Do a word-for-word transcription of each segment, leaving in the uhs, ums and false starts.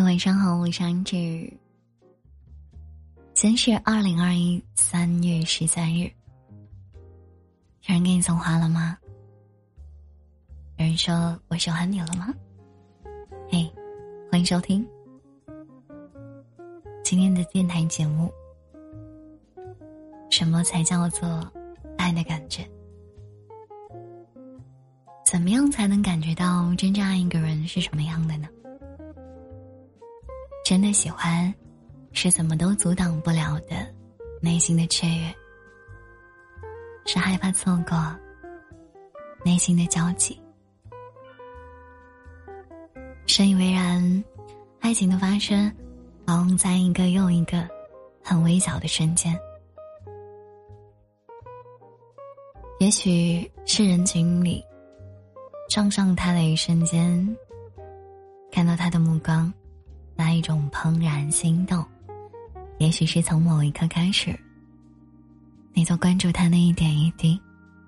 晚上好，我是安志。今天是二零二一三月十三日。有人给你送花了吗？有人说我喜欢你了吗？嘿，欢迎收听今天的电台节目。什么才叫做爱的感觉？怎么样才能感觉到真正爱一个人是什么样的呢？真的喜欢是怎么都阻挡不了的内心的雀跃，是害怕错过内心的焦急。深以为然，爱情的发生往往在一个又一个很微小的瞬间，也许是人群里撞上他的一瞬间，看到他的目光那一种怦然心动，也许是从某一刻开始，你都关注他那一点一滴。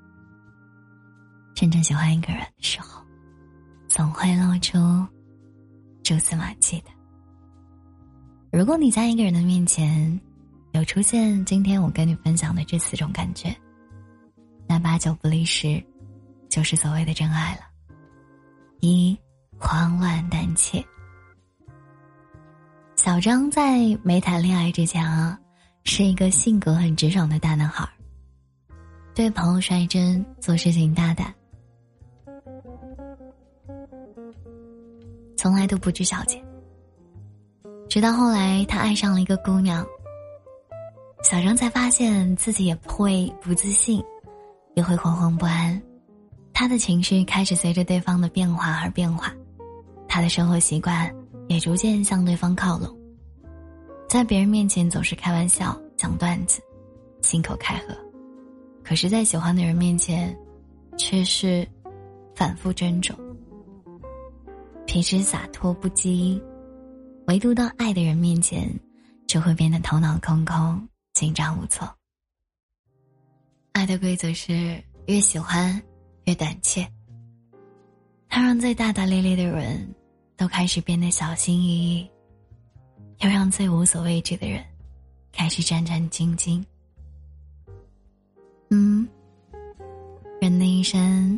真正喜欢一个人的时候，总会露出蛛丝马迹的。如果你在一个人的面前有出现今天我跟你分享的这四种感觉，那八九不离十就是所谓的真爱了。一，慌乱胆怯。小张在没谈恋爱之前啊，是一个性格很直爽的大男孩，对朋友率真，做事情大胆，从来都不拘小节。直到后来他爱上了一个姑娘，小张才发现自己也会不自信，也会惶惶不安，他的情绪开始随着对方的变化而变化，他的生活习惯也逐渐向对方靠拢，在别人面前总是开玩笑讲段子，信口开河，可是在喜欢的人面前却是反复斟酌，平时洒脱不羁，唯独到爱的人面前就会变得头脑空空，紧张无措。爱的规则是越喜欢越胆怯，它让最大大咧咧的人都开始变得小心翼翼，又让最无所畏惧的人开始战战兢兢。嗯，人的一生，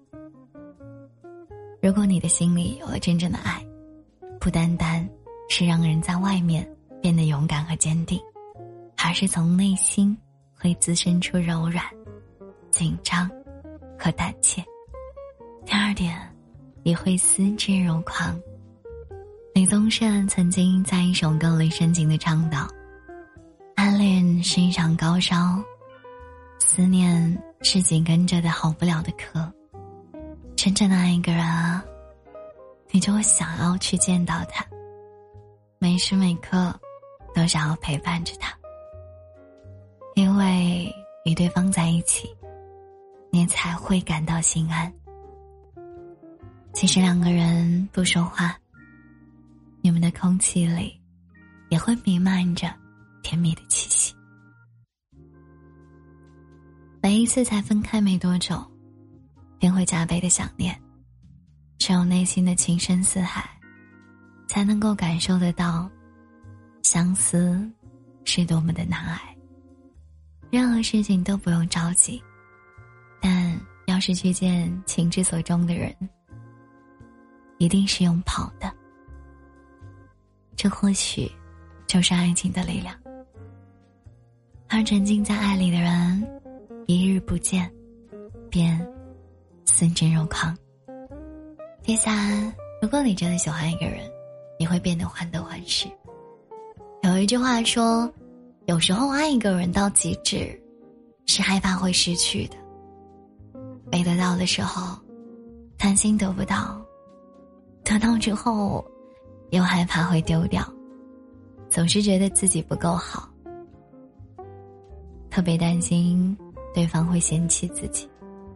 如果你的心里有了真正的爱，不单单是让人在外面变得勇敢和坚定，而是从内心会滋生出柔软、紧张和胆怯。第二点，也会思之如狂。李宗盛曾经在一首歌里深情地唱道，暗恋是一场高烧，思念是紧跟着的好不了的咳。真正的爱一个人啊，你就会想要去见到他，每时每刻都想要陪伴着他，因为与对方在一起，你才会感到心安。其实两个人不说话，你们的空气里也会弥漫着甜蜜的气息。每一次才分开没多久，便会加倍的想念，只有内心的情深似海，才能够感受得到相思是多么的难挨。任何事情都不用着急，但要是去见情之所钟的人，一定是用跑的。这或许就是爱情的力量。而沉浸在爱里的人，一日不见便思之如狂。第三，如果你真的喜欢一个人，你会变得患得患失。有一句话说，有时候爱一个人到极致，是害怕会失去的。没得到的时候，担心得不到，得到之后，又害怕会丢掉，总是觉得自己不够好，特别担心对方会嫌弃自己。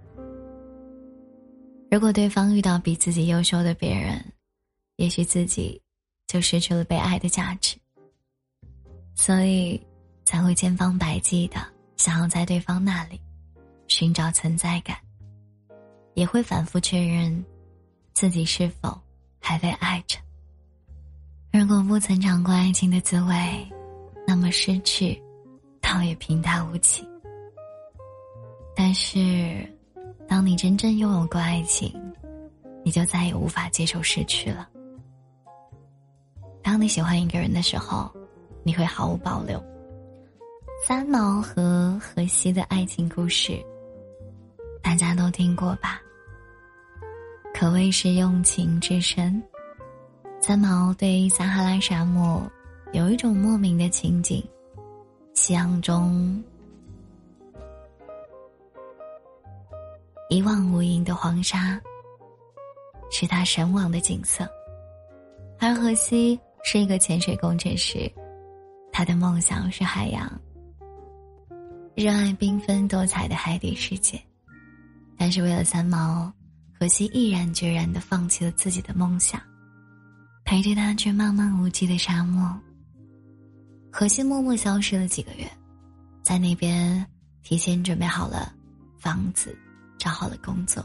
如果对方遇到比自己优秀的别人，也许自己就失去了被爱的价值，所以才会千方百计的想要在对方那里寻找存在感，也会反复确认自己是否还被爱着。如如果不曾尝过爱情的滋味，那么失去倒也平淡无奇。但是当你真正拥有过爱情，你就再也无法接受失去了。当你喜欢一个人的时候，你会毫无保留。三毛和荷西的爱情故事大家都听过吧，可谓是用情至深。三毛对撒哈拉沙漠有一种莫名的情景，夕阳中一望无垠的黄沙是他神往的景色，而荷西是一个潜水工程师，他的梦想是海洋，热爱缤纷多彩的海底世界。但是为了三毛，荷西毅然决然地放弃了自己的梦想，陪着他去漫漫无际的沙漠。荷西默默消失了几个月，在那边提前准备好了房子，找好了工作。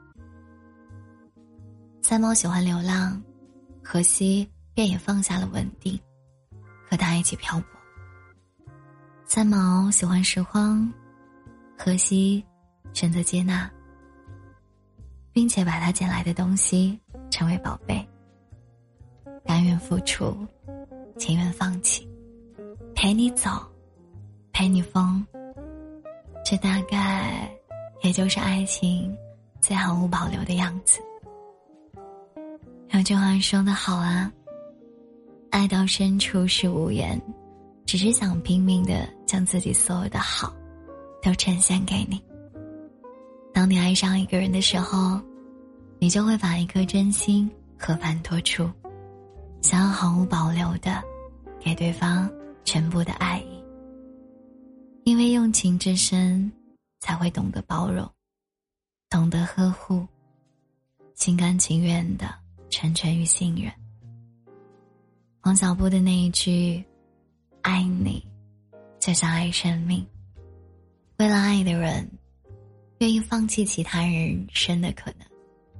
三毛喜欢流浪，荷西便也放下了稳定，和他一起漂泊。三毛喜欢拾荒，荷西选择接纳，并且把他捡来的东西成为宝贝，甘愿付出，情愿放弃，陪你走，陪你疯，这大概也就是爱情最毫无保留的样子。有句话说得好啊，爱到深处是无言，只是想拼命地将自己所有的好都呈现给你。当你爱上一个人的时候，你就会把一颗真心和盘托出，想要毫无保留地给对方全部的爱意。因为用情至深，才会懂得包容，懂得呵护，心甘情愿地成全与信任。王小波的那一句爱你就像爱生命，为了爱的人愿意放弃其他人生的可能，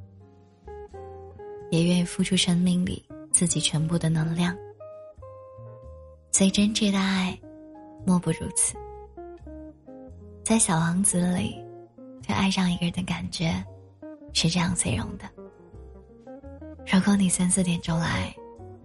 也愿意付出生命里自己全部的能量。最真挚的爱莫不如此。在小王子里，对爱上一个人的感觉是这样形容的：如果你三四点钟来，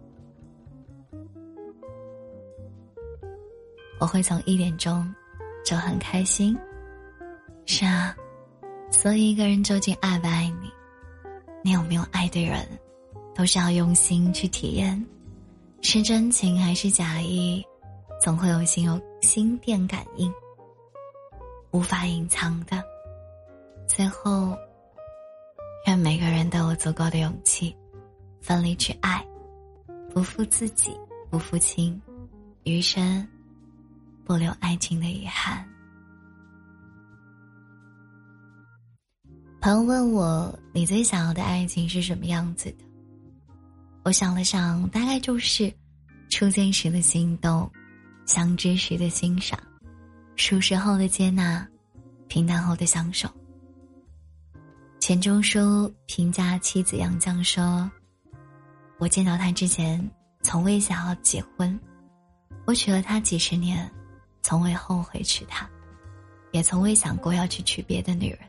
我会从一点钟就很开心。是啊，所以一个人究竟爱不爱你，你有没有爱对人，都是要用心去体验，是真情还是假意，总会有心有心电感应，无法隐藏的。最后，愿每个人都有足够的勇气，奋力去爱，不负自己，不负情，余生不留爱情的遗憾。朋友问我，你最想要的爱情是什么样子的？我想了想，大概就是初见时的心动，相知时的欣赏，熟识后的接纳，平淡后的相守。钱钟书评价妻子杨绛说，我见到他之前从未想要结婚，我娶了他几十年，从未后悔娶她，也从未想过要去娶别的女人。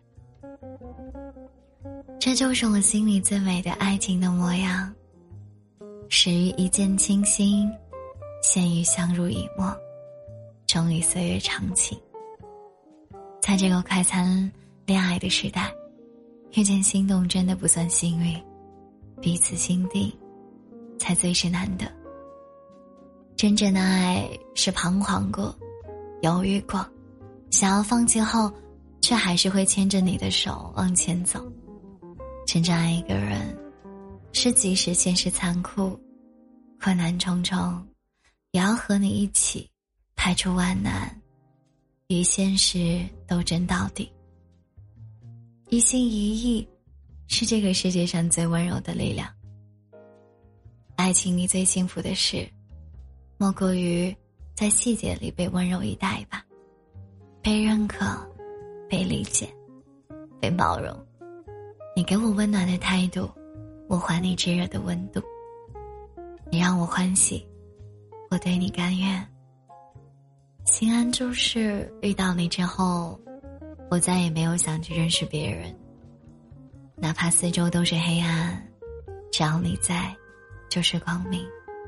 这就是我心里最美的爱情的模样，始于一见倾心，陷于相濡以沫，终于岁月长情。在这个快餐恋爱的时代，遇见心动真的不算幸运，彼此心定才最是难得。真正的爱是彷徨过，犹豫过，想要放弃后，却还是会牵着你的手往前走。真正爱一个人，是即使现实残酷，困难重重，也要和你一起排除万难，与现实斗争到底。一心一意是这个世界上最温柔的力量。爱情里最幸福的事，莫过于在细节里被温柔以待吧，被认可，被理解，被包容。你给我温暖的态度，我还你炙热的温度。你让让我欢喜，我对你甘愿。心安就是遇到你之后，我再也没有想去认识别人，哪怕四周都是黑暗，只要你在，就是光明。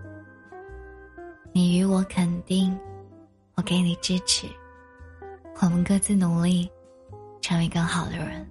你与我肯定，我给你支持，我们各自努力，成为更好的人。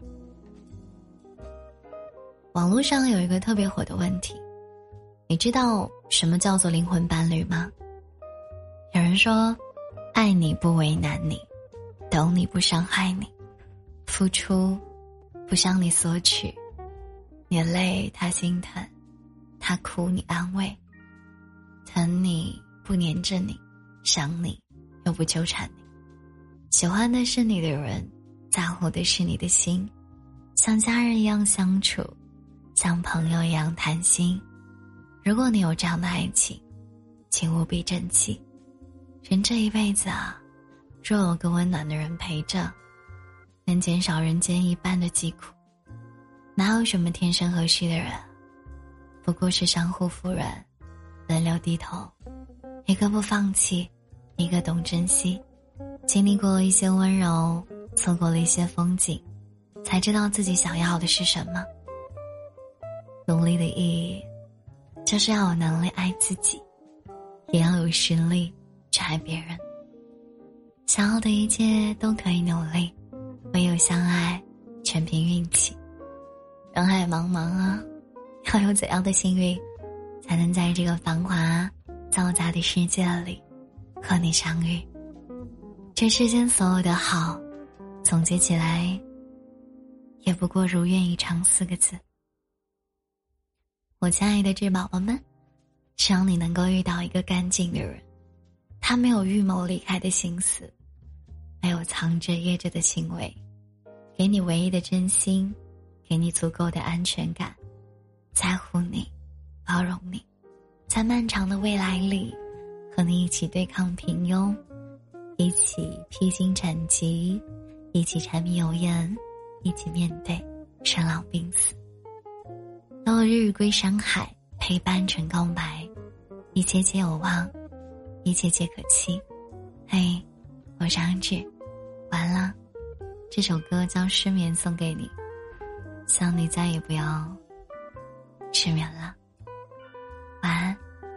网络上有一个特别火的问题，你知道什么叫做灵魂伴侣吗？有人说，爱你不为难你，懂你不伤害你，付出不向你索取，你累他心疼，他哭你安慰，疼你不黏着你，想你又不纠缠你，喜欢的是你的人，在乎的是你的心，像家人一样相处，像朋友一样谈心。如果你有这样的爱情，请务必珍惜。人这一辈子啊，若有个温暖的人陪着，能减少人间一半的疾苦。哪有什么天生合适的人，不过是相互服软，轮流低头，一个不放弃，一个懂珍惜。经历过了一些温柔，错过了一些风景，才知道自己想要的是什么。努力的意义，就是要有能力爱自己，也要有实力去爱别人。想要的一切都可以努力，唯有相爱全凭运气。人海茫茫啊，要有怎样的幸运，才能在这个繁华嘈杂的世界里和你相遇？这世间所有的好，总结起来也不过如愿以偿四个字。我亲爱的智宝宝们，希望你能够遇到一个干净的人，他没有预谋离开的心思，没有藏着掖着的行为，给你唯一的真心，给你足够的安全感，在乎你，包容你，在漫长的未来里和你一起对抗平庸，一起披荆斩棘，一起柴米油盐，一起面对生老病死。落日归山海，陪伴成告白，一切皆有望，一切皆可期。嘿，我是安志，完了，这首歌将失眠送给你，希望你再也不要失眠了，晚安。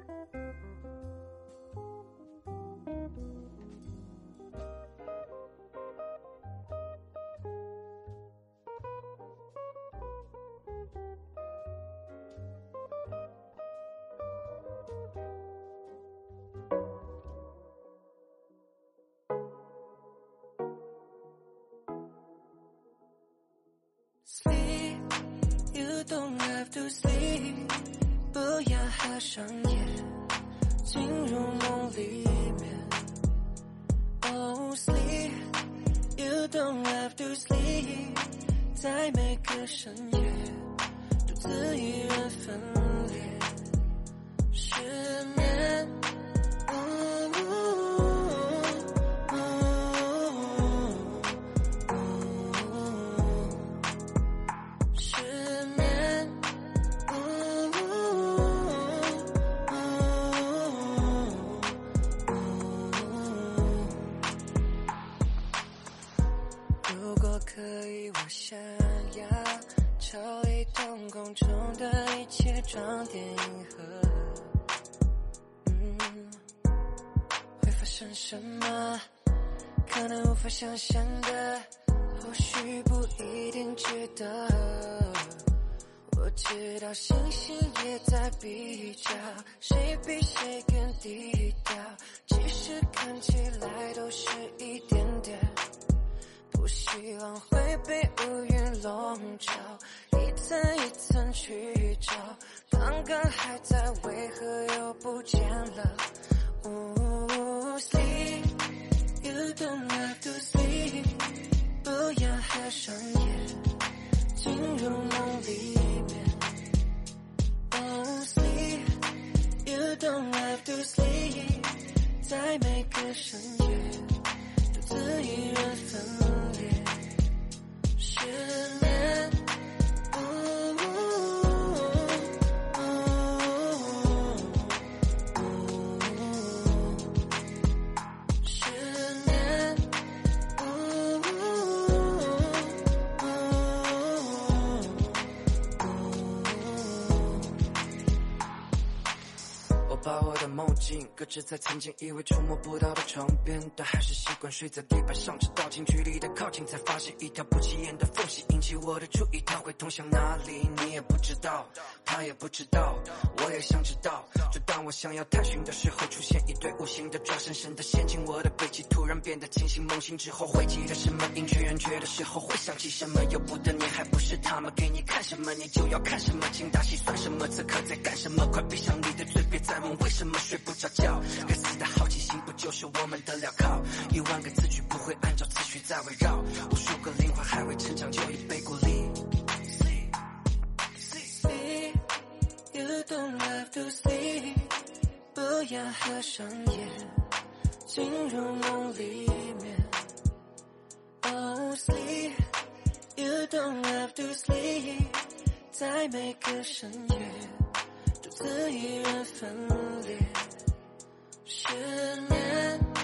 Sleep, you don't have to sleep， 不要合上眼，进入梦里面。Oh sleep, you don't have to sleep， 在每个深夜，独自一人分裂，失眠。可以，我想要抽离瞳孔中的一切，装点银河。嗯，会发生什么？可能无法想象的，或许不一定值得。我知道星星也在比较，谁比谁更低调，其实看起来都是一点点。不希望会被乌云笼罩，一层一层去找，刚刚还在，为何又不见了？ Ooh, sleep, you don't have to sleep， 不要合上眼，进入梦里面。Oh sleep, you don't have to sleep， 在每个深夜，独自一人分失眠。 把我的梦境搁置在曾经以为触摸不到的床边，但还是习惯睡在地板上，直到近距离的靠近，才发现一条不起眼的缝隙引起我的注意。它会通向哪里？你也不知道，他也不知道，我也想知道。就当我想要探寻的时候，出现一堆无形的抓，深深的陷进我的轨迹，突然变得清醒。梦醒之后会记得什么？因确认觉的时候会想起什么？由不得你还不是他们给你看什么，你就要看什么？精打细算什么？此刻在干什么？快闭上你的嘴，别再问为什么睡不着觉。该死的好奇心不就是我们的镣铐？一万个字句不会按照次序在围绕，无数个灵魂还未成长就已被孤立。 Sleep, you don't have to sleep， 不要合上眼，进入梦里面。Oh sleep, you don't have to sleep， 在每个深夜，独自一人分裂。失眠